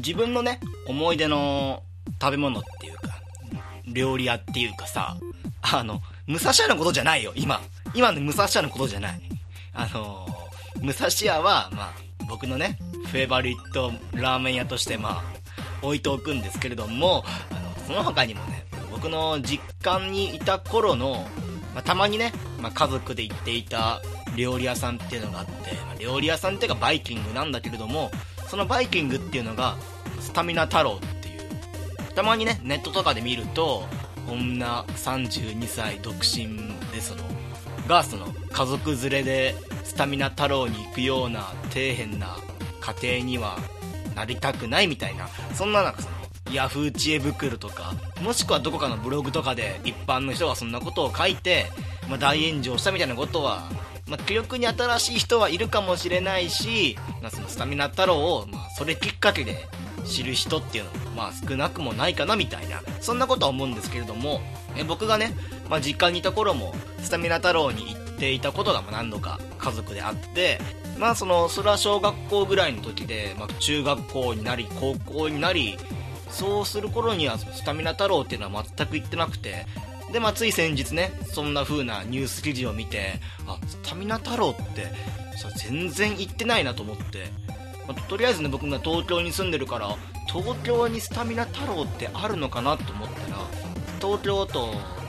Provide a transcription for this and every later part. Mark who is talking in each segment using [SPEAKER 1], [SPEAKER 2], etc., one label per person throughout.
[SPEAKER 1] 自分のね思い出の食べ物っていうか料理屋っていうかさ、武蔵屋のことじゃないよ。今の武蔵屋のことじゃない。武蔵屋は僕のねフェイバリットラーメン屋として置いておくんですけれども、その他にもね僕の実家にいた頃の、たまにね、家族で行っていた料理屋さんっていうのがあって、料理屋さんっていうかバイキングなんだけれども、そのバイキングっていうのがスタミナ太郎っていう、たまにねネットとかで見ると女32歳独身でその家族連れでスタミナ太郎に行くような底辺な家庭にはなりたくないみたいな、そんなそのヤフー知恵袋とか、もしくはどこかのブログとかで一般の人がそんなことを書いて、大炎上したみたいなことは、記憶に新しい人はいるかもしれないし、そのスタミナ太郎を、それきっかけで知る人っていうのも、少なくもないかなみたいな、そんなことは思うんですけれども、僕がね、実家にいた頃もスタミナ太郎に行っていたことが何度か家族であって、それは小学校ぐらいの時で、中学校になり高校になり、そうする頃にはスタミナ太郎っていうのは全く行ってなくて、でつい先日ねそんな風なニュース記事を見て、スタミナ太郎って全然行ってないなと思って、とりあえずね僕が東京に住んでるから、東京にスタミナ太郎ってあるのかなと思ったら、東京都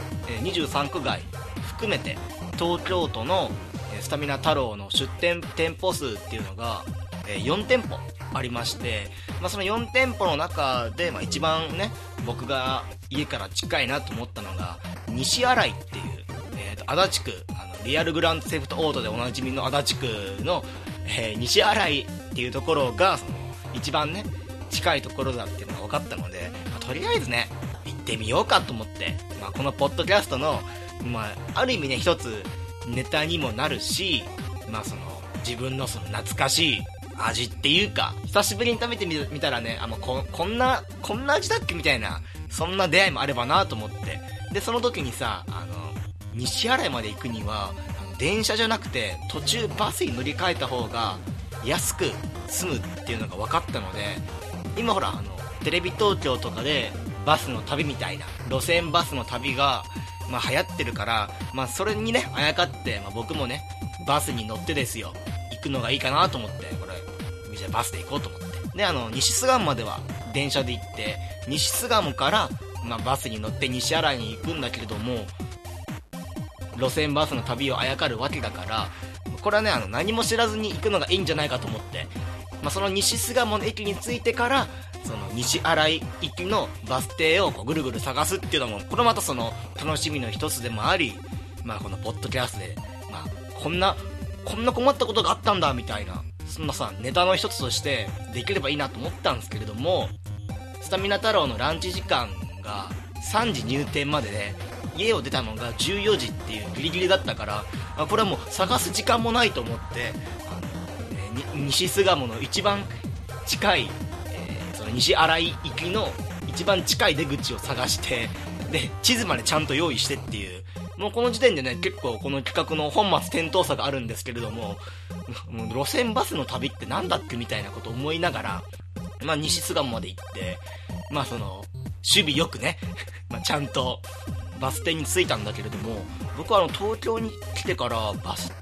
[SPEAKER 1] 23区外含めて東京都のスタミナ太郎の出店店舗数っていうのが4店舗ありまして、その4店舗の中で、一番ね僕が家から近いなと思ったのが西新井っていう、足立区、リアルグランドセフトオートでおなじみの足立区の、西新井っていうところがその一番ね近いところだっていうのが分かったので、とりあえずね行ってみようかと思って、このポッドキャストの、ある意味ね一つネタにもなるし、その自分のその懐かしい味っていうか、久しぶりに食べてみたらね、こんな味だっけみたいな、そんな出会いもあればなと思って、でその時にさ、西新井まで行くには電車じゃなくて途中バスに乗り換えた方が安く済むっていうのが分かったので、今ほらテレビ東京とかでバスの旅みたいな路線バスの旅が流行ってるから、それにねあやかって、僕もねバスに乗ってですよ行くのがいいかなと思って、これじゃあバスで行こうと思って、で西巣鴨までは電車で行って、西巣鴨から、バスに乗って西新井に行くんだけれども、路線バスの旅をあやかるわけだから、これはね何も知らずに行くのがいいんじゃないかと思って、その西巣鴨の駅に着いてからその西新井行きのバス停をぐるぐる探すっていうのも、これまたその楽しみの一つでもあり、このポッドキャストで、こんな困ったことがあったんだみたいな、そんなさネタの一つとしてできればいいなと思ったんですけれども、スタミナ太郎のランチ時間が3時入店までで、家を出たのが14時っていうギリギリだったから、これはもう探す時間もないと思って、西巣鴨の一番近い、その西新井行きの一番近い出口を探して、で地図までちゃんと用意してっていう、もうこの時点でね結構この企画の本末転倒さがあるんですけれども、もう路線バスの旅ってなんだっけみたいなことを思いながら、西巣鴨まで行って、その守備よくねちゃんとバス停に着いたんだけれども、僕は東京に来てから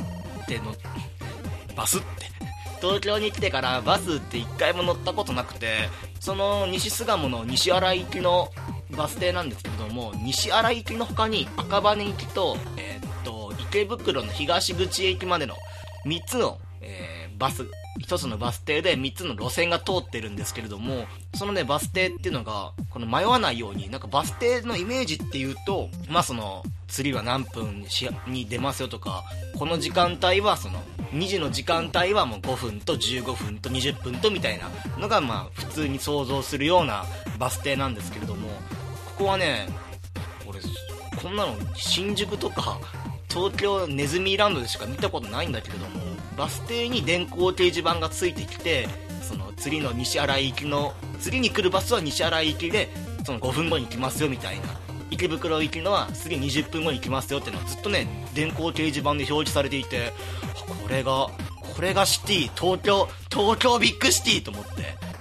[SPEAKER 1] 東京に来てからバスって一回も乗ったことなくて、その西巣鴨の西新井行きのバス停なんですけれども、西新井行きの他に赤羽行きと、池袋の東口駅までの3つの、1つのバス停で3つの路線が通ってるんですけれども、そのねバス停っていうのがこの迷わないように、バス停のイメージっていうと、その次は何分に出ますよとか、この時間帯はその2時の時間帯はもう5分と15分と20分とみたいなのが普通に想像するようなバス停なんですけれども、ここはね、俺こんなの新宿とか東京ネズミランドでしか見たことないんだけれども、バス停に電光掲示板がついてきて、その次の西新井行きの次に来るバスは西新井行きでその5分後に来ますよみたいな、池袋行きのは次20分後に来ますよっていうのはずっとね電光掲示板で表示されていて、これがシティ、東京ビッグシティと思って、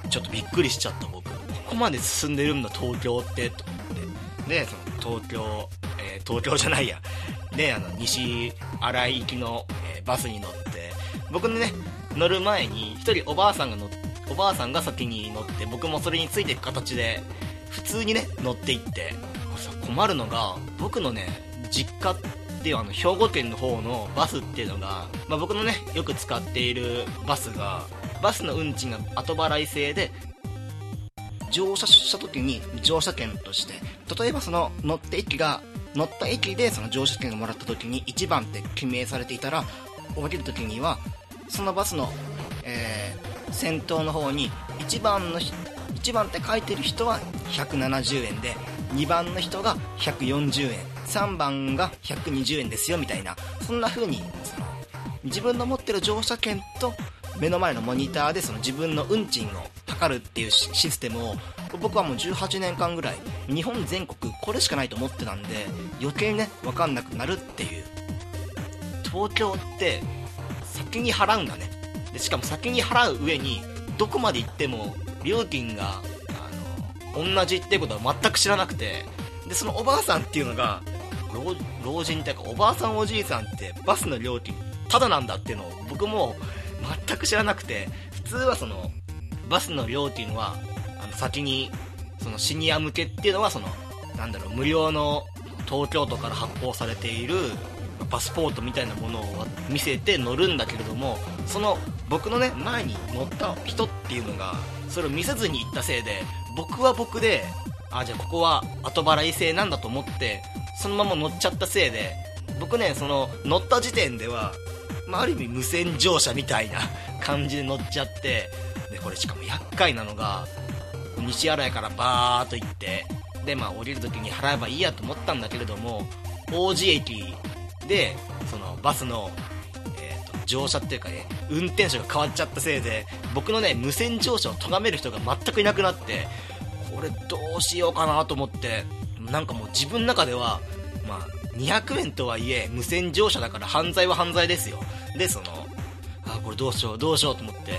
[SPEAKER 1] ちょっとびっくりしちゃった僕。ここまで進んでるんだ東京ってと思って。でその東京じゃないやで西新井行きの、バスに乗って、僕のね乗る前に一人おばあさんが先に乗って、僕もそれについていく形で普通にね乗っていって、困るのが僕のね実家っていう兵庫県の方のバスっていうのが、僕のねよく使っているバスの運賃が後払い制で、乗車した時に乗車券として、例えばその乗った駅でその乗車券をもらった時に1番って記名されていたら、降りる時にはそのバスの、先頭の方に1番って書いてる人は170円で、2番の人が140円、3番が120円ですよみたいな、そんな風に自分の持ってる乗車券と目の前のモニターでその自分の運賃を測るっていうシステムを、僕はもう18年間ぐらい日本全国これしかないと思ってたんで、余計にね分かんなくなるっていう。東京って先に払うんだね。でしかも先に払う上にどこまで行っても料金が同じっていうことは全く知らなくて、でそのおばあさんっていうのが老人っていうかおばあさんおじいさんってバスの料金タダなんだっていうのを僕も全く知らなくて、普通はそのバスの料金は先にそのシニア向けっていうのは無料の東京都から発行されているパスポートみたいなものを見せて乗るんだけれども、その僕のね前に乗った人っていうのがそれを見せずに行ったせいで、僕は僕でじゃあここは後払い制なんだと思ってそのまま乗っちゃったせいで、僕ねその乗った時点では、ある意味無線乗車みたいな感じで乗っちゃって、でこれしかも厄介なのが西新井からバーっと行って、で降りる時に払えばいいやと思ったんだけれども、王子駅でそのバスの、乗車っていうかね運転手が変わっちゃったせいで、僕のね無線乗車を咎める人が全くいなくなって、これどうしようかなと思って、なんかもう自分の中では200円とはいえ無線乗車だから犯罪は犯罪ですよ。でこれどうしようと思って、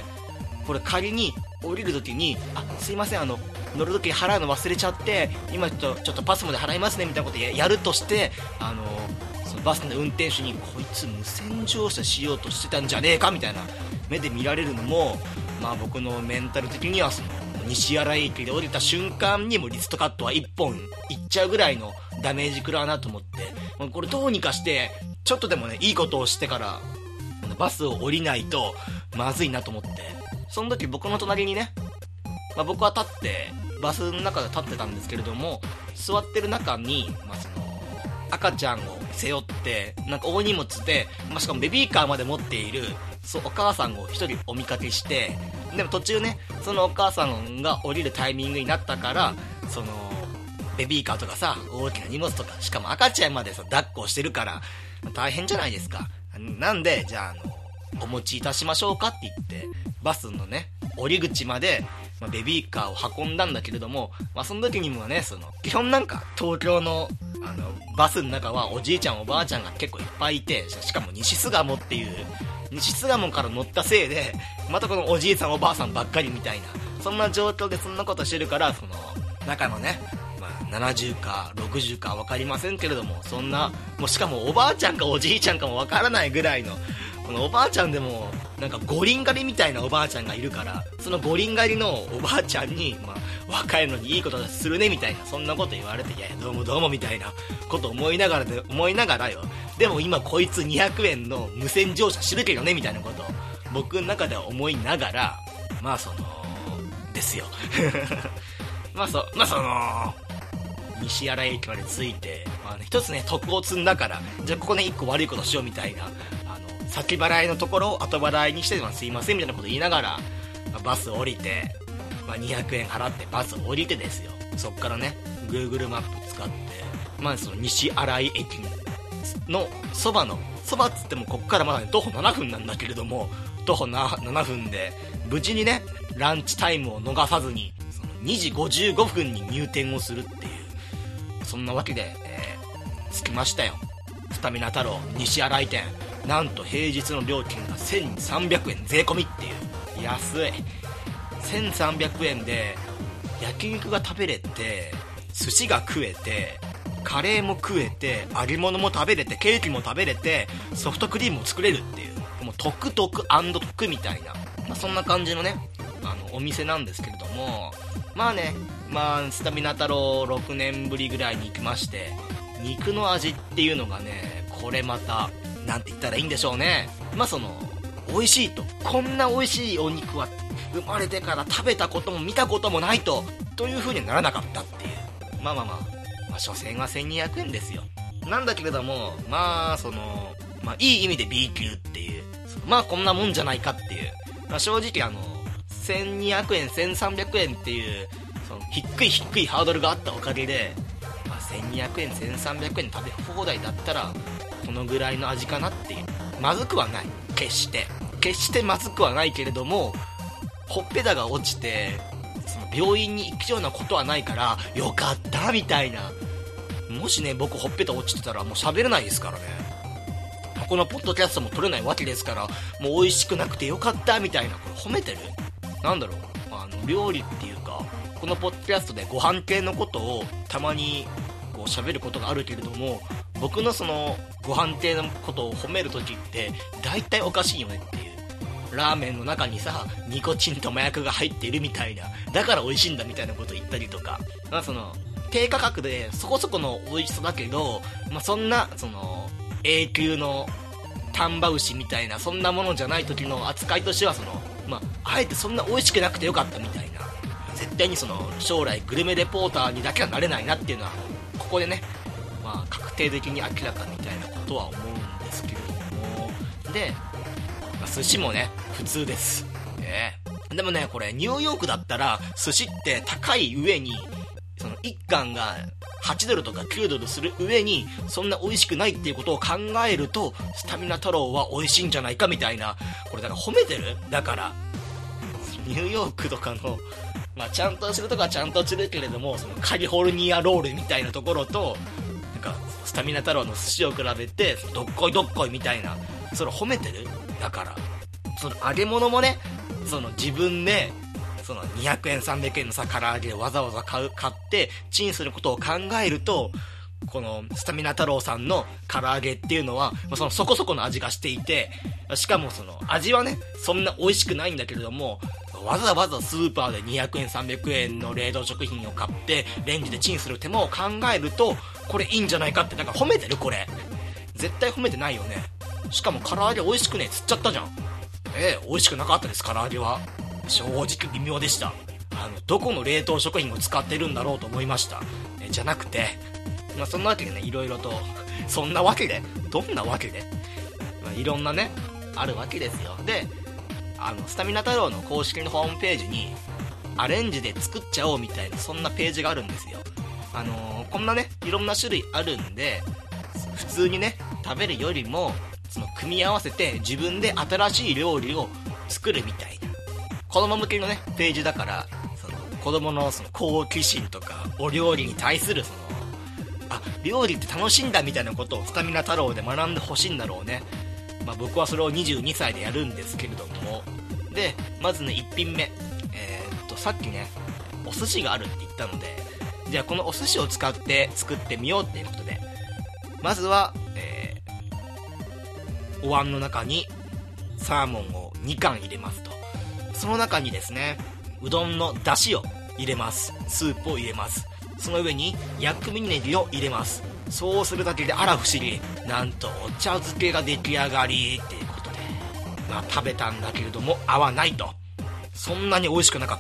[SPEAKER 1] これ仮に降りるときにすいません乗るとき払うの忘れちゃって今ちょっとパスまで払いますねみたいなことやるとして、そのバスの運転手にこいつ無線乗車しようとしてたんじゃねえかみたいな目で見られるのも、僕のメンタル的にはその西新井駅で降りた瞬間にもリストカットは1本いっちゃうぐらいのダメージ食らうなと思って、これどうにかしてちょっとでもねいいことをしてからバスを降りないとまずいなと思って、その時僕の隣にね、僕は立ってバスの中で立ってたんですけれども、座ってる中に、その赤ちゃんを背負ってなんか大荷物で、しかもベビーカーまで持っているお母さんを一人お見かけして、でも途中ねそのお母さんが降りるタイミングになったから、そのベビーカーとかさ大きな荷物とか、しかも赤ちゃんまで抱っこしてるから大変じゃないですか。なんでじゃあお持ちいたしましょうかって言ってバスのね降り口まで、ベビーカーを運んだんだけれども、その時にもね基本なんか東京のバスの中はおじいちゃんおばあちゃんが結構いっぱいいて、しかも西巣鴨っていう西巣鴨から乗ったせいでまたこのおじいさんおばあさんばっかりみたいな、そんな状況でそんなことしてるから、その中のね70か60か分かりませんけれども、そんなもうしかもおばあちゃんかおじいちゃんかも分からないぐらいの、このおばあちゃんでもなんか五輪狩りみたいなおばあちゃんがいるから、その五輪狩りのおばあちゃんに、若いのにいいことするねみたいな、そんなこと言われて、いやどうもどうもみたいなこと思いながらよ、でも今こいつ200円の無線乗車してるけどねみたいなことを僕の中では思いながら、ですよ西新井駅まで着いて、一つね徳を積んだから、じゃあここね一個悪いことしようみたいな、先払いのところを後払いにして、すいませんみたいなこと言いながら、バス降りて、200円払ってバス降りてですよ、そっからね Google マップ使って、その西新井駅のそばっつってもこっからまだ、徒歩7分なんだけれども、徒歩7分で無事にねランチタイムを逃さずにその2時55分に入店をするっていう、そんなわけで、着きましたよ。スタミナ太郎西新井店、なんと平日の料金が1300円税込みっていう、安い。 1300円で焼肉が食べれて、寿司が食えて、カレーも食えて、揚げ物も食べれて、ケーキも食べれて、ソフトクリームも作れるっていう、もう得得得みたいな、そんな感じのね、お店なんですけれども、スタミナ太郎6年ぶりぐらいに行きまして、肉の味っていうのがね、これまたなんて言ったらいいんでしょうね。美味しいと、こんな美味しいお肉は生まれてから食べたことも見たこともないという風にならなかったっていう。所詮は1200円ですよ。なんだけれども、いい意味で B 級っていう、こんなもんじゃないかっていう、正直1200円1300円っていう低いハードルがあったおかげで、1200円1300円食べ放題だったらこのぐらいの味かなっていう。まずくはない、決してまずくはないけれども、ほっぺたが落ちて病院に行くようなことはないからよかったみたいな。もしね、僕ほっぺた落ちてたらもう喋れないですからね。このポッドキャストも撮れないわけですから、もう美味しくなくてよかったみたいな、これ褒めてる？料理っていうか、このポッドキャストでご飯系のことをたまにこう喋ることがあるけれども、僕のご飯系のことを褒めるときって大体おかしいよねっていう。ラーメンの中にさ、ニコチンと麻薬が入っているみたいな、だから美味しいんだみたいなこと言ったりとか、低価格でそこそこの美味しさだけど、そんな永久の丹波牛みたいな、そんなものじゃない時の扱いとしては、あえてそんな美味しくなくてよかったみたいな、絶対に将来グルメレポーターにだけはなれないなっていうのはここでね、確定的に明らかみたいなことは思うんですけれども、で、寿司もね普通です。でもね、これニューヨークだったら寿司って高い上に、1貫が8ドルとか9ドルする上にそんな美味しくないっていうことを考えると、スタミナ太郎は美味しいんじゃないかみたいな、これだから褒めてる。だからニューヨークとかの、ちゃんとするとかちゃんとするけれども、カリフォルニアロールみたいなところと、スタミナ太郎の寿司を比べてどっこいどっこいみたいな、それ褒めてる。だから揚げ物もね、自分で200円300円の唐揚げをわざわざ買ってチンすることを考えると、このスタミナ太郎さんの唐揚げっていうのはそこそこの味がしていて、しかも味はねそんな美味しくないんだけれども、わざわざスーパーで200円300円の冷凍食品を買ってレンジでチンする手間を考えると、これいいんじゃないかって。だから褒めてる。これ絶対褒めてないよね。しかも唐揚げ美味しくねえつっちゃったじゃん。美味しくなかったです。唐揚げは正直微妙でした。どこの冷凍食品を使ってるんだろうと思いました。じゃなくて、そんなわけでね、いろいろと、そんなわけで、どんなわけで、いろんなねあるわけですよ。で、スタミナ太郎の公式のホームページにアレンジで作っちゃおうみたいな、そんなページがあるんですよ。こんなねいろんな種類あるんで、普通にね食べるよりも組み合わせて自分で新しい料理を作るみたいな、子供向けのねページだから、子供の好奇心とかお料理に対する料理って楽しいんだみたいなことをスタミナ太郎で学んでほしいんだろうね。僕はそれを22歳でやるんですけれども、でまずね1品目、さっきねお寿司があるって言ったので、じゃあこのお寿司を使って作ってみようっていうことで、まずは、お椀の中にサーモンを2貫入れますと、その中にですねうどんの出汁を入れます。スープを入れます。その上に薬味ネギを入れます。そうするだけであら不思議、なんとお茶漬けが出来上がりっていうことで、食べたんだけれども合わないと。そんなに美味しくなかった。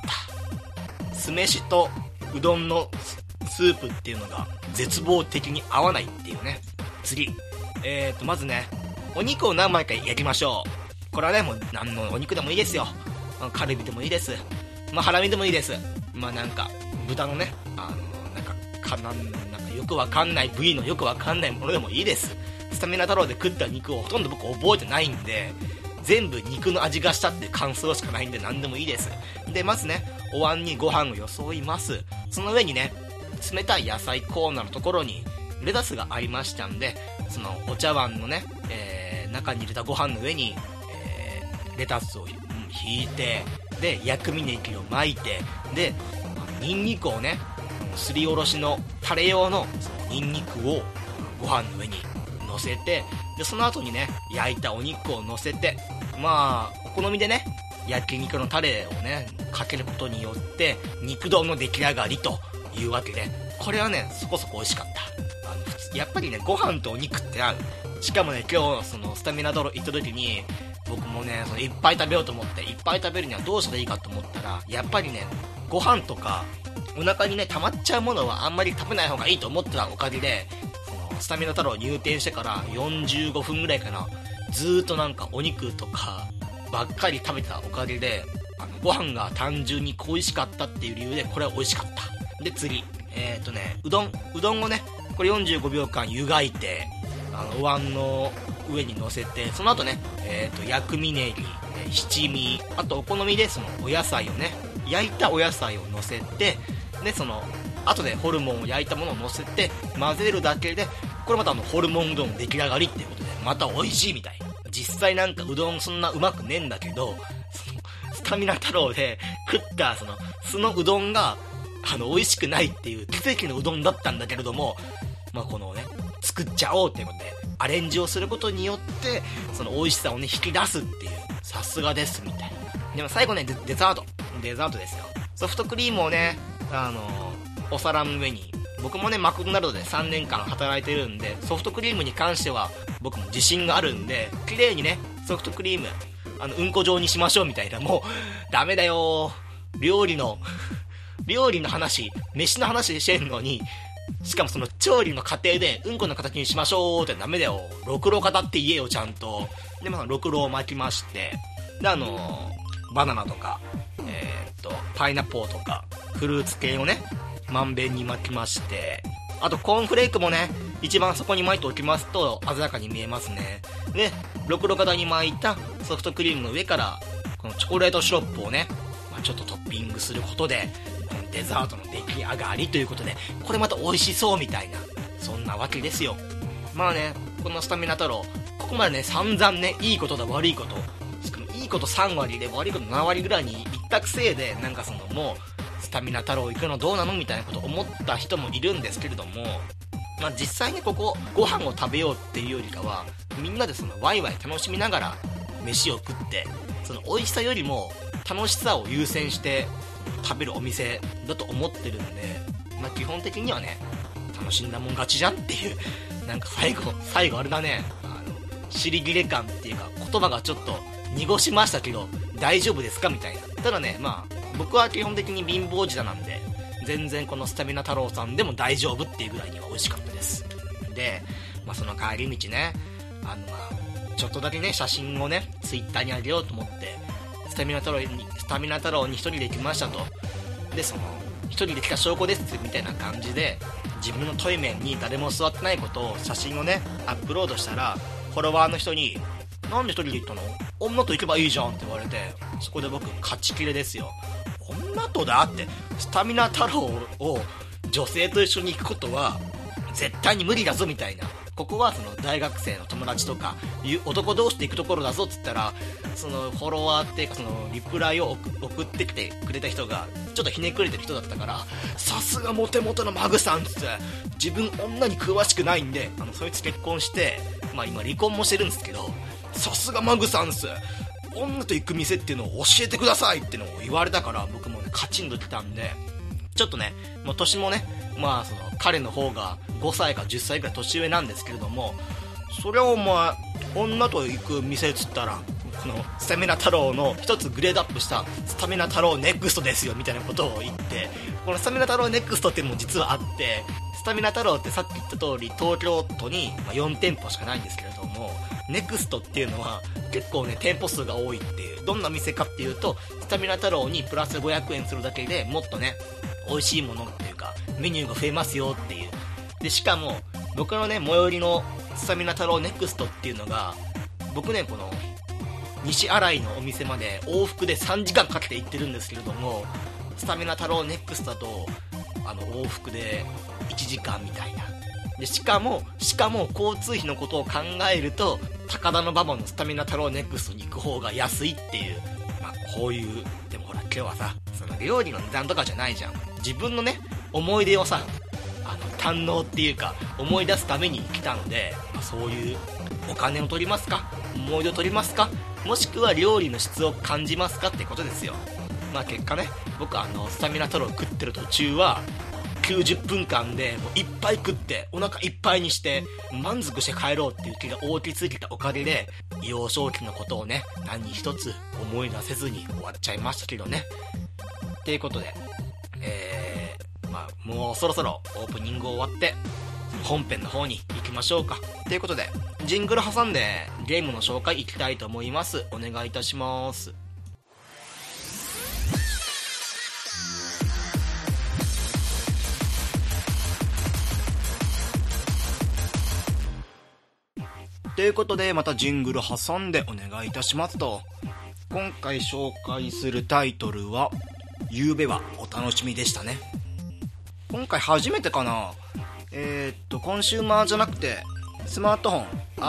[SPEAKER 1] 酢飯とうどんのスープっていうのが絶望的に合わないっていうね。次、まずねお肉を何枚か焼きましょう。これはねもう何のお肉でもいいですよ。カルビでもいいです。ハラミでもいいです。豚のねなんかよくわかんない部位のよくわかんないものでもいいです。スタミナ太郎で食った肉をほとんど僕覚えてないんで、全部肉の味がしたって感想しかないんで何でもいいです。でまずねお椀にご飯をよそいます。その上にね冷たい野菜コーナーのところにレタスがありましたんで、そのお茶碗のね、中に入れたご飯の上に、レタスを引いて、 で薬味ネギを巻いて、でニンニクをね、すりおろしのタレ用のそのニンニクをご飯の上に乗せて、でその後にね焼いたお肉を乗せて、まあお好みでね焼肉のタレをねかけることによって肉丼の出来上がりというわけで、これはねそこそこ美味しかった。やっぱりねご飯とお肉って合う。しかもね今日そのスタミナドロ行った時に僕もねそのいっぱい食べようと思って、いっぱい食べるにはどうしたらいいかと思ったら、やっぱりねご飯とかお腹にね溜まっちゃうものはあんまり食べない方がいいと思ったおかげで、そのスタミナ太郎入店してから45分ぐらいかな、ずーっとなんかお肉とかばっかり食べてたおかげで、ご飯が単純に恋しかったっていう理由でこれは美味しかった。で次うどんをねこれ45秒間湯がいてお椀の上に乗せて、その後ね薬味ネギ、七味、あとお好みでそのお野菜をね焼いたお野菜を乗せて、でその後でホルモンを焼いたものを乗せて混ぜるだけで、これまたホルモンうどん出来上がりっていうことでまた美味しいみたい。実際なんかうどんそんなうまくねえんだけど、そのスタミナ太郎で食ったそのうどんが美味しくないっていう奇跡のうどんだったんだけれども、まあこのね作っちゃおうっていうことでアレンジをすることによってその美味しさをね引き出すっていう、さすがですみたいな。でも最後ねデザートですよ。ソフトクリームをねお皿の上に、僕もねマクドナルドで3年間働いてるんで、ソフトクリームに関しては僕も自信があるんで、綺麗にねソフトクリームうんこ状にしましょうみたいな。もうダメだよ、料理の話、飯の話してんのに、しかもその調理の過程でうんこの形にしましょうってダメだよ、ろくろ型って言えよちゃんと。でろくろを巻きまして、でバナナとかパイナップルとかフルーツ系をねまんべんに巻きまして、あとコーンフレークもね一番そこに巻いておきますと鮮やかに見えますね。でろくろ型に巻いたソフトクリームの上からこのチョコレートシロップをね、ちょっとトッピングすることでデザートの出来上がりということで、これまた美味しそうみたいな、そんなわけですよ。まあねこのスタミナ太郎ここまでね散々ねいいことだ悪いこと、しかもいいこと3割で悪いこと7割ぐらいにいったくせいで、なんかもうスタミナ太郎行くのどうなのみたいなこと思った人もいるんですけれども、実際ねここご飯を食べようっていうよりかは、みんなでワイワイ楽しみながら飯を食って、その美味しさよりも楽しさを優先して食べるお店だと思ってるんで、基本的にはね楽しんだもん勝ちじゃんっていう、なんか最後あれだね、尻切れ感っていうか言葉がちょっと濁しましたけど大丈夫ですかみたいな。ただね僕は基本的に貧乏舌なんで、全然このスタミナ太郎さんでも大丈夫っていうぐらいには美味しかったです。でその帰り道ねちょっとだけね写真をねツイッターにあげようと思ってスタミナ太郎に一人で来ましたと。で一人で来た証拠ですみたいな感じで自分のトイメンに誰も座ってないことを写真をねアップロードしたら、フォロワーの人になんで一人で行ったの、女と行けばいいじゃんって言われて、そこで僕勝ち切れですよ。女とだってスタミナ太郎を女性と一緒に行くことは絶対に無理だぞみたいな。ここは大学生の友達とかいう男同士で行くところだぞっつったら、フォロワーっていうかリプライを送ってきてくれた人がちょっとひねくれてる人だったから、さすがモテモテのマグさんっつって、自分女に詳しくないんでそいつ結婚して今離婚もしてるんですけど、さすがマグさんっす、女と行く店っていうのを教えてくださいってのを言われたから、僕もねカチンときたんで、ちょっとねもう年もね彼の方が5歳か10歳ぐらい年上なんですけれども、それを女と行く店っつったらこのスタミナ太郎の一つグレードアップしたスタミナ太郎ネクストですよみたいなことを言って、このスタミナ太郎ネクストっていうのも実はあって、スタミナ太郎ってさっき言った通り東京都に4店舗しかないんですけれども、ネクストっていうのは結構ね店舗数が多いっていう。どんな店かっていうと、スタミナ太郎にプラス500円するだけでもっとね美味しいものっていうかメニューが増えますよっていう。でしかも僕のね最寄りのスタミナ太郎ネクストっていうのが、僕ねこの西新井のお店まで往復で3時間かけて行ってるんですけれども、スタミナ太郎ネクストだと往復で1時間みたいな。でしかも交通費のことを考えると高田馬場のスタミナ太郎ネクストに行く方が安いっていう、 こういう、でもほら今日はさ、その料理の値段とかじゃないじゃん。自分のね、思い出をさ、堪能っていうか思い出すために来たので、そういうお金を取りますか、思い出を取りますか、もしくは料理の質を感じますかってことですよ。結果ね、僕スタミナ太郎食ってる途中は90分間でもういっぱい食ってお腹いっぱいにして満足して帰ろうっていう気が大きすぎたおかげで、幼少期のことをね、何一つ思い出せずに終わっちゃいましたけどね。っていうことで、もうそろそろオープニング終わって本編の方に行きましょうか。ということで、ジングル挟んでゲームの紹介いきたいと思います。お願いいたします。ということで、またジングル挟んでお願いいたしますと、今回紹介するタイトルはゆうべはお楽しみでしたね。今回初めてかな、コンシューマーじゃなくてスマートフォン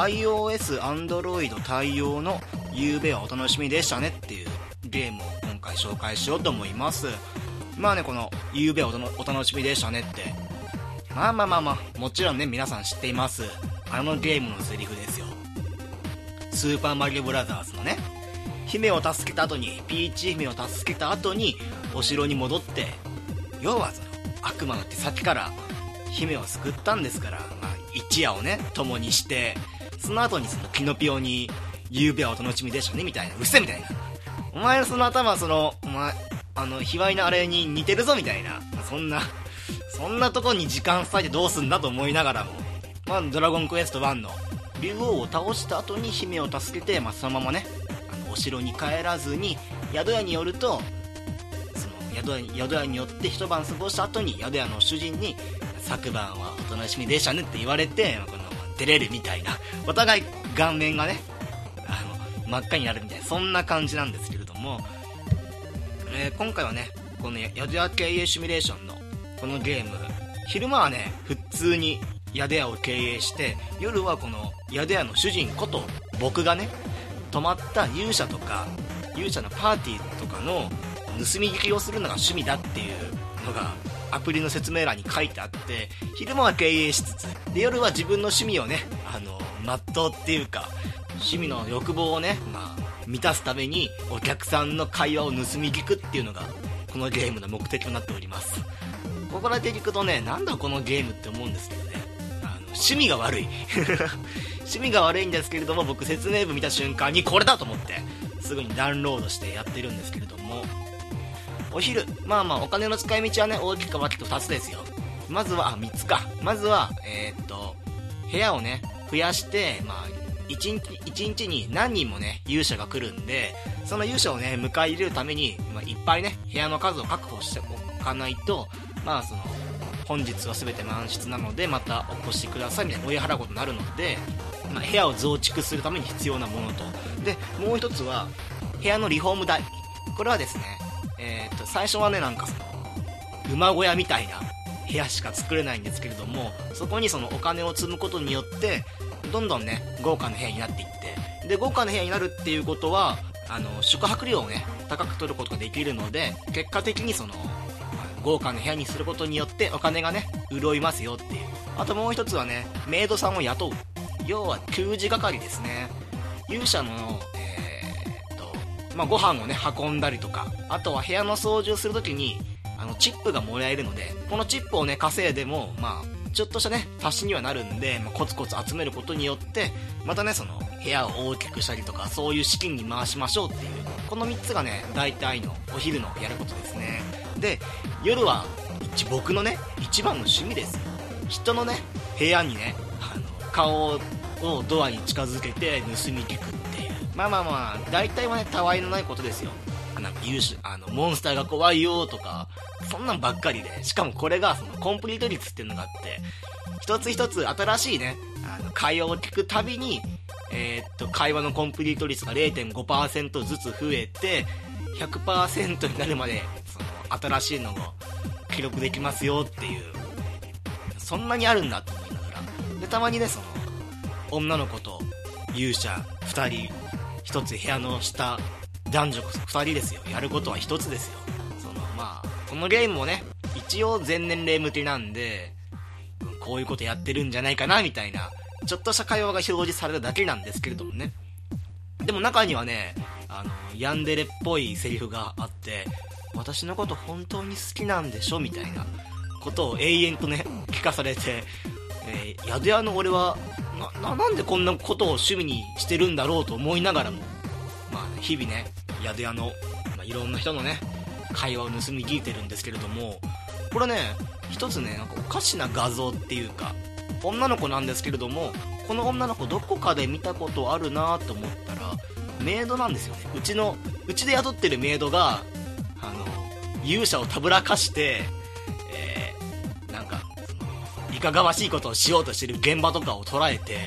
[SPEAKER 1] iOS、Android 対応のゆうべはお楽しみでしたねっていうゲームを今回紹介しようと思います。このゆうべはお楽しみでしたねって、もちろんね、皆さん知っています。あのゲームのセリフですよ。スーパーマリオブラザーズのね、姫を助けた後に、ピーチ姫を助けた後にお城に戻って、要はその悪魔の手先から姫を救ったんですから、一夜をね共にして、その後にそのキノピオにゆうべはお楽しみでしたねみたいな、うっせみたいな、お前のその頭、卑猥なあれに似てるぞみたいな、そんなとこに時間割いてどうすんだと思いながらも、ドラゴンクエスト1の竜王を倒した後に姫を助けて、そのままねお城に帰らずに宿屋に寄ると、その宿屋に寄って一晩過ごした後に宿屋の主人に昨晩はお楽しみでしたねって言われて、出れるみたいな、お互い顔面がね真っ赤になるみたいな、そんな感じなんですけれども、今回はね、この宿屋経営シミュレーションのこのゲーム、昼間はね普通に宿屋を経営して、夜はこの宿屋の主人こと僕がね、泊まった勇者のパーティーとかの盗み聞きをするのが趣味だっていうのがアプリの説明欄に書いてあって、昼間は経営しつつで、夜は自分の趣味をね全うっていうか、趣味の欲望をね、満たすためにお客さんの会話を盗み聞くっていうのがこのゲームの目的となっております。ここだけ聞くとね、なんだこのゲームって思うんですけどね、趣味が悪い趣味が悪いんですけれども、僕説明文見た瞬間にこれだと思ってすぐにダウンロードしてやってるんですけれども、お昼、お金の使い道はね大きく分けて2つですよ。まずは3つか。まずは部屋をね増やして、1日に何人もね勇者が来るんで、その勇者をね迎え入れるために、いっぱいね部屋の数を確保しておかないと、その本日は全て満室なのでまたお越しくださいみたいな追い払うことになるので、部屋を増築するために必要なものと、でもう一つは部屋のリフォーム代。これはですね、最初はねその馬小屋みたいな部屋しか作れないんですけれども、そこにそのお金を積むことによってどんどんね豪華な部屋になっていって、で豪華な部屋になるっていうことは宿泊料をね高く取ることができるので、結果的にその豪華な部屋にすることによってお金がね潤いますよっていう。あともう一つはね、メイドさんを雇う、要は給仕係ですね。勇者のご飯をね運んだりとか、あとは部屋の掃除をするときにチップがもらえるので、このチップをね稼いでもちょっとしたね足しにはなるんで、コツコツ集めることによってまたねその部屋を大きくしたりとか、そういう資金に回しましょうっていう、この3つがね大体のお昼のやることですね。で夜は僕のね一番の趣味ですよ。人のね部屋にね顔をドアに近づけて盗み聞くっていう、大体はねたわいのないことですよ。モンスターが怖いよとか、そんなんばっかりで、しかもこれがそのコンプリート率っていうのがあって、一つ一つ新しいね会話を聞くたびに会話のコンプリート率が 0.5% ずつ増えて 100% になるまでその新しいのを記録できますよっていう、そんなにあるんだと思いながら、でたまにねその女の子と勇者2人1つ部屋の下男女2人ですよ。やることは一つですよ。このゲームもね、一応全年齢向けなんで、こういうことやってるんじゃないかなみたいなちょっとした会話が表示されただけなんですけれどもね。でも中にはね、ヤンデレっぽいセリフがあって、私のこと本当に好きなんでしょみたいなことを永遠とね聞かされて、宿屋の俺はなんでこんなことを趣味にしてるんだろうと思いながらも、日々ね宿屋の、いろんな人のね会話を盗み聞いてるんですけれども、これね一つね、なんかおかしな画像っていうか、女の子なんですけれども、この女の子どこかで見たことあるなと思ったらメイドなんですよね。うちで雇ってるメイドが勇者をたぶらかして、なんかいかがわしいことをしようとしてる現場とかを捉えて、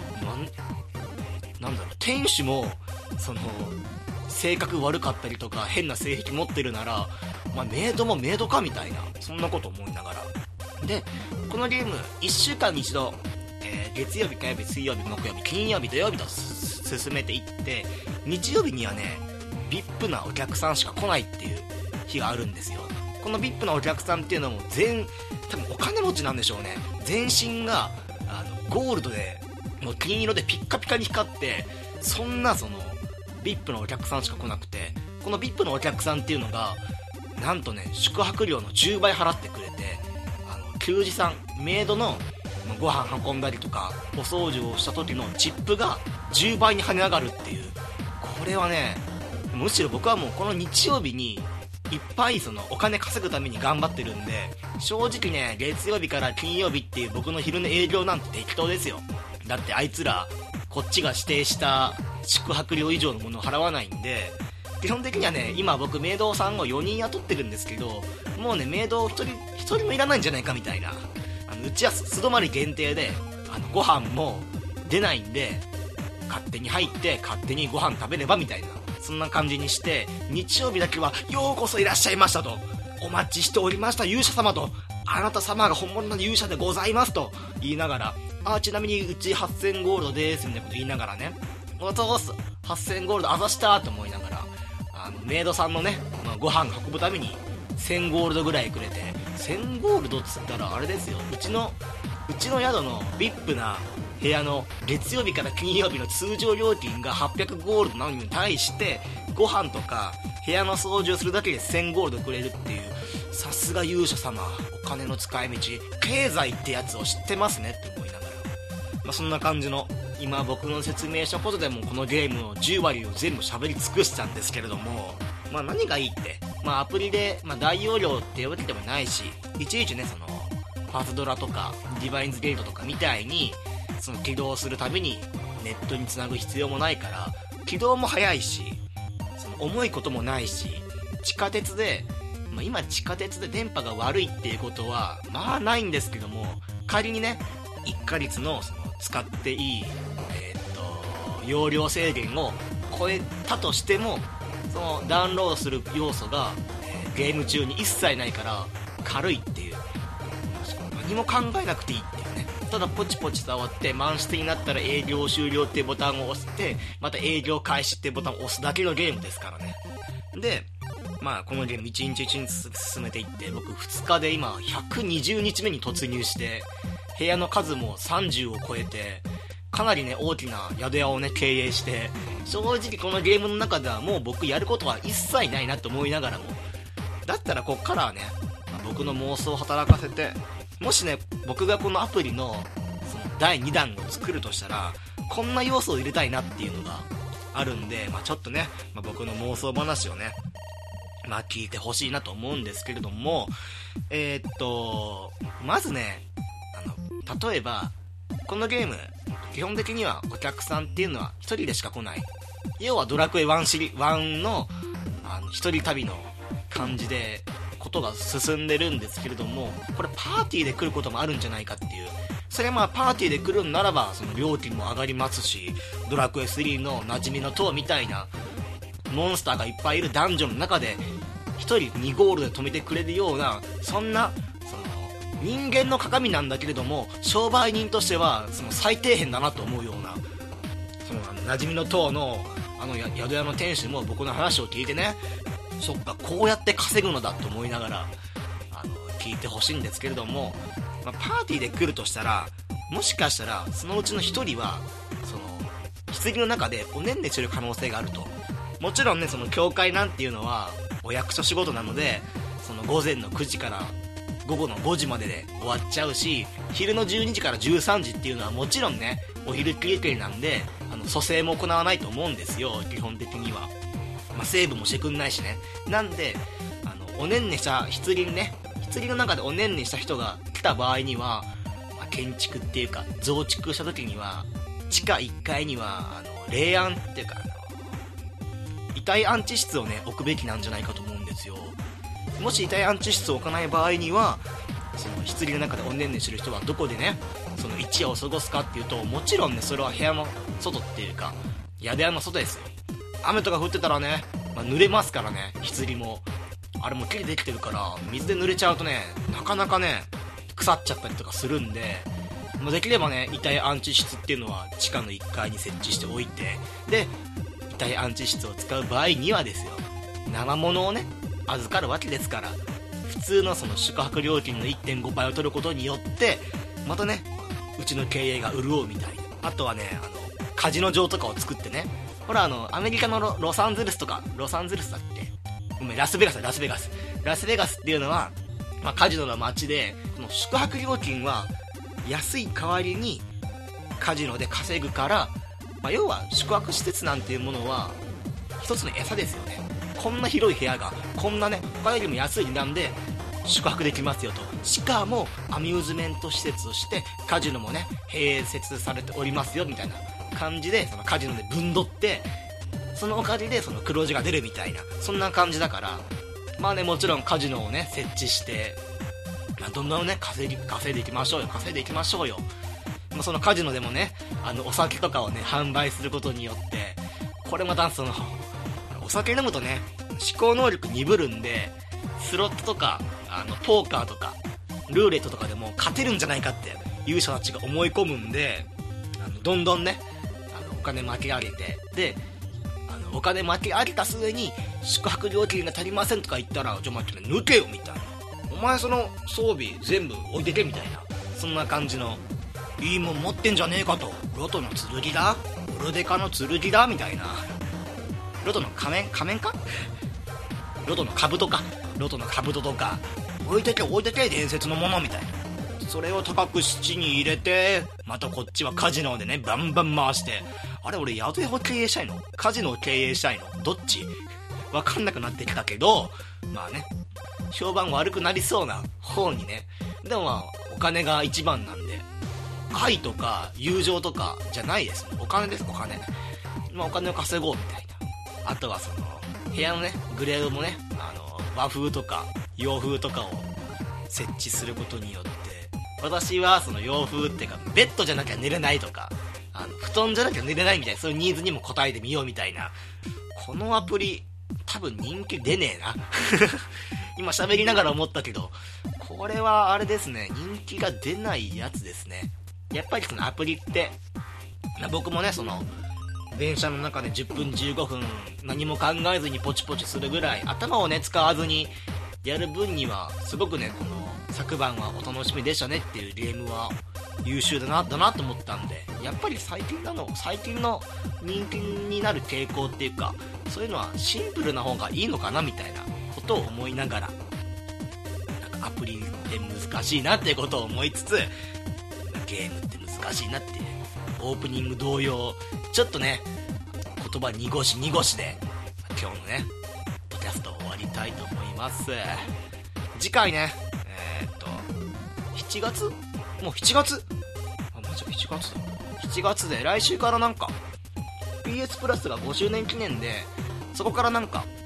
[SPEAKER 1] なんだろう、店主も性格悪かったりとか変な性癖持ってるなら、メイドもメイドかみたいな、そんなこと思いながら。でこのゲーム1週間に一度、月曜日火曜日水曜日木曜日金曜日土曜日と進めていって、日曜日にはね VIP なお客さんしか来ないっていう日があるんですよ。この VIP なお客さんっていうのも多分お金持ちなんでしょうね。全身がゴールドでもう金色でピッカピカに光って、そんなVIP のお客さんしか来なくて、この VIP のお客さんっていうのがなんとね宿泊料の10倍払ってくれて、給仕さんメイドのご飯運んだりとかお掃除をした時のチップが10倍に跳ね上がるっていう、これはね、むしろ僕はもうこの日曜日にいっぱいお金稼ぐために頑張ってるんで、正直ね月曜日から金曜日っていう僕の昼の営業なんて適当ですよ。だってあいつらこっちが指定した宿泊料以上のものを払わないんで、基本的にはね、今僕メイドさんを4人雇ってるんですけど、もうねメイド1人もいらないんじゃないかみたいな、うちは素泊まり限定でご飯も出ないんで、勝手に入って勝手にご飯食べればみたいな、そんな感じにして、日曜日だけはようこそいらっしゃいましたと、お待ちしておりました勇者様と、あなた様が本物の勇者でございますと言いながら、ちなみにうち8000ゴールドですみたいなこと言いながらね、おとす8000ゴールドあざしたと思いながら、メイドさんのね、ご飯運ぶために1000ゴールドぐらいくれて、1000ゴールドっつったらあれですよ、うちの宿の VIP な部屋の月曜日から金曜日の通常料金が800ゴールドなのに対して、ご飯とか部屋の掃除をするだけで1000ゴールドくれるっていう、さすが勇者様、お金の使い道経済ってやつを知ってますねって思いながら、そんな感じの、今僕の説明したことでもこのゲームの10割を全部喋り尽くしたんですけれども、何がいいって、アプリで、大容量っていうわけでもないし、いちいちねパズドラとかディバインズゲートとかみたいに起動するたびにネットにつなぐ必要もないから、起動も早いし、重いこともないし、地下鉄で、今地下鉄で電波が悪いっていうことはないんですけども、仮にね1ヶ月の使っていい、容量制限を超えたとしても、ダウンロードする要素が、ゲーム中に一切ないから軽いっていう、何も考えなくていいっていうね。ただポチポチ触って満室になったら営業終了っていうボタンを押して、また営業開始っていうボタンを押すだけのゲームですからね。でこのゲーム1日1日進めていって、僕2日で今120日目に突入して、部屋の数も30を超えて、かなりね大きな宿屋をね経営して、正直このゲームの中ではもう僕やることは一切ないなと思いながらも、だったらこっからはね、僕の妄想を働かせて、もしね僕がこのアプリの第2弾を作るとしたら、こんな要素を入れたいなっていうのがあるんで、ちょっとね、僕の妄想話をね聞いてほしいなと思うんですけれども、まずね、例えばこのゲーム基本的にはお客さんっていうのは1人でしか来ない、要はドラクエ1の一人旅の感じでことが進んでるんですけれども、これパーティーで来ることもあるんじゃないかっていう、それはパーティーで来るんならば料金も上がりますし、ドラクエ3の馴染みの塔みたいなモンスターがいっぱいいるダンジョンの中で1人2ゴールで止めてくれるような、そんな人間の鏡なんだけれども商売人としては最底辺だなと思うような、 その馴染みの塔の宿屋の店主も僕の話を聞いてね、そっかこうやって稼ぐのだと思いながら聞いてほしいんですけれども、パーティーで来るとしたら、もしかしたらそのうちの一人はその棺の中でおねんねしてる可能性があると。もちろんね、その教会なんていうのはお役所仕事なので、その午前の9時から午後の5時までで終わっちゃうし、昼の12時から13時っていうのはもちろんねお昼休憩なんで蘇生も行わないと思うんですよ、基本的には。セーブもしてくんないしね。なんでおねんねした棺にね、棺の中でおねんねした人が来た場合には、建築っていうか増築した時には地下1階には霊安っていうか遺体安置室をね置くべきなんじゃないかと思うんですよ。もし遺体安置室を置かない場合には、その棺の中でおねんねしてる人はどこでねその一夜を過ごすかっていうと、もちろんねそれは部屋の外っていうか宿屋の外ですよ。雨とか降ってたらね、濡れますからね。棺もあれも木でできてるから水で濡れちゃうとね、なかなかね腐っちゃったりとかするんで、できればね遺体安置室っていうのは地下の1階に設置しておいて、で遺体安置室を使う場合にはですよ、生物をね預かるわけですから、普通のその宿泊料金の 1.5 倍を取ることによってまたねうちの経営が潤うみたいな。あとはねカジノ場とかを作ってね、ほらアメリカのロサンゼルスとか、ロサンゼルスだっけ、ごめん、ラスベガスっていうのは、カジノの街でこの宿泊料金は安い代わりにカジノで稼ぐから、要は宿泊施設なんていうものは一つの餌ですよね。こんな広い部屋がこんなね他よりも安い値段で宿泊できますよと。しかもアミューズメント施設としてカジノもね併設されておりますよみたいな感じで、そのカジノで分取って、そのおかげでその黒字が出るみたいな、そんな感じだから、もちろんカジノをね設置して、どんどんね稼いでいきましょうよ。そのカジノでもねお酒とかをね販売することによって、これまたそのお酒飲むとね思考能力鈍るんで、スロットとかポーカーとかルーレットとかでも勝てるんじゃないかっていう人たちが思い込むんで、どんどんねお金負け上げて、でお金負け上げた末に宿泊料金が足りませんとか言ったら、ちょ待ってね抜けよみたいな、お前その装備全部置いてけみたいな、そんな感じの、いいもん持ってんじゃねえかと、ロトの剣だ、オルデカの剣だみたいな、ロトの仮面か、ロトの兜とか置いてけ伝説のものみたいな、それを高く質に入れて、またこっちはカジノでねバンバン回して、あれ俺宿屋を経営したいの、カジノを経営したいの、どっちわかんなくなってきたけど、評判悪くなりそうな方にね。でもお金が一番なんで、愛とか友情とかじゃないです。お金です、お金。お金を稼ごうみたいな。あとはその部屋のねグレードもね和風とか洋風とかを設置することによって、私はその洋風っていうかベッドじゃなきゃ寝れないとか布団じゃなきゃ寝れないみたいな、そういうニーズにも応えてみようみたいな。このアプリ多分人気出ねえな今喋りながら思ったけど、これはあれですね、人気が出ないやつですね。やっぱりそのアプリって、僕もねその電車の中で10分15分何も考えずにポチポチするぐらい頭をね使わずにやる分にはすごくね、この昨晩はお楽しみでしたねっていうゲームは優秀だなと思ったんで、やっぱり最近の人気になる傾向っていうか、そういうのはシンプルな方がいいのかなみたいなことを思いながら、アプリって難しいなってことを思いつつ、ゲームって難しいなって、オープニング同様ちょっとね言葉濁しで今日のねポッドキャストを終わりたいと思います。次回ね7月、もう7月、マジ7月だ、7月で来週からPS プラスが5周年記念で、そこから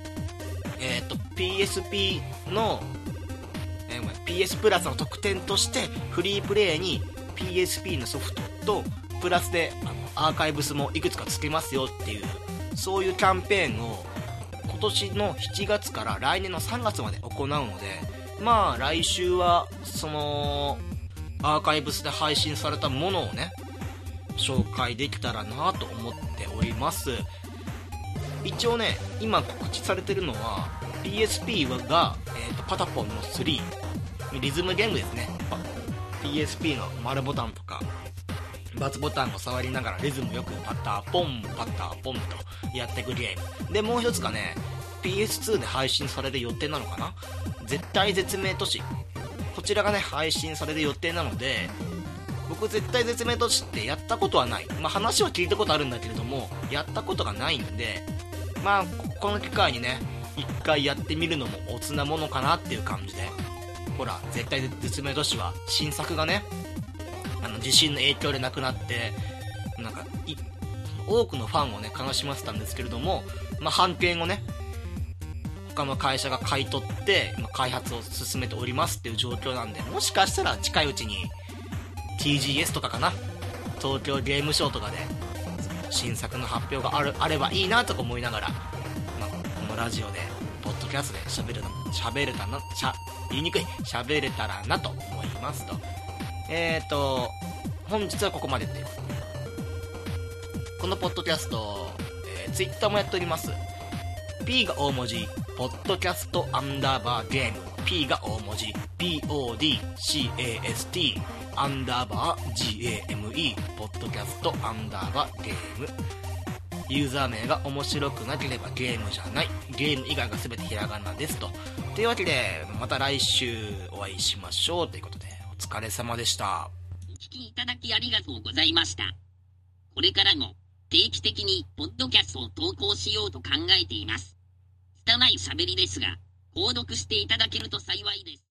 [SPEAKER 1] PSP の、PS プラスの特典としてフリープレイに PSP のソフトとプラスでアーカイブスもいくつかつけますよっていう、そういうキャンペーンを今年の7月から来年の3月まで行うので、来週はそのアーカイブスで配信されたものをね紹介できたらなと思っております。一応ね、今告知されてるのは PSP が、パタポンの3リズムゲームですね。 PSP の丸ボタンとか×ボタンを触りながらリズムよくパタポンパタポンとやっていくゲームで、もう一つがね PS2 で配信される予定なのかな、絶対絶命都市、こちらがね配信される予定なので、僕絶対絶命都市ってやったことはない、話は聞いたことあるんだけれどもやったことがないんで、この機会にね一回やってみるのもおつなものかなっていう感じで、ほら絶対絶命都市は新作がね地震の影響でなくなって多くのファンをね悲しませたんですけれども、版権をね他の会社が買い取って開発を進めておりますっていう状況なんで、もしかしたら近いうちに TGS とかかな、東京ゲームショウとかで新作の発表があればいいなとか思いながら、このラジオでポッドキャストで喋れたらなと思いますと。本日はここまでということで、このポッドキャスト、Twitter もやっております。 P が大文字ポッドキャストアンダーバーゲーム、 P が大文字 PODCAST アンダーバー GAME ポッドキャストアンダーバーゲーム、ユーザー名が面白くなければゲームじゃない、ゲーム以外が全てひらがなですと。というわけでまた来週お会いしましょうということで、お疲れ様でした。
[SPEAKER 2] お聞きいただきありがとうございました。これからも定期的にポッドキャストを投稿しようと考えています。拙い喋りですが、購読していただけると幸いです。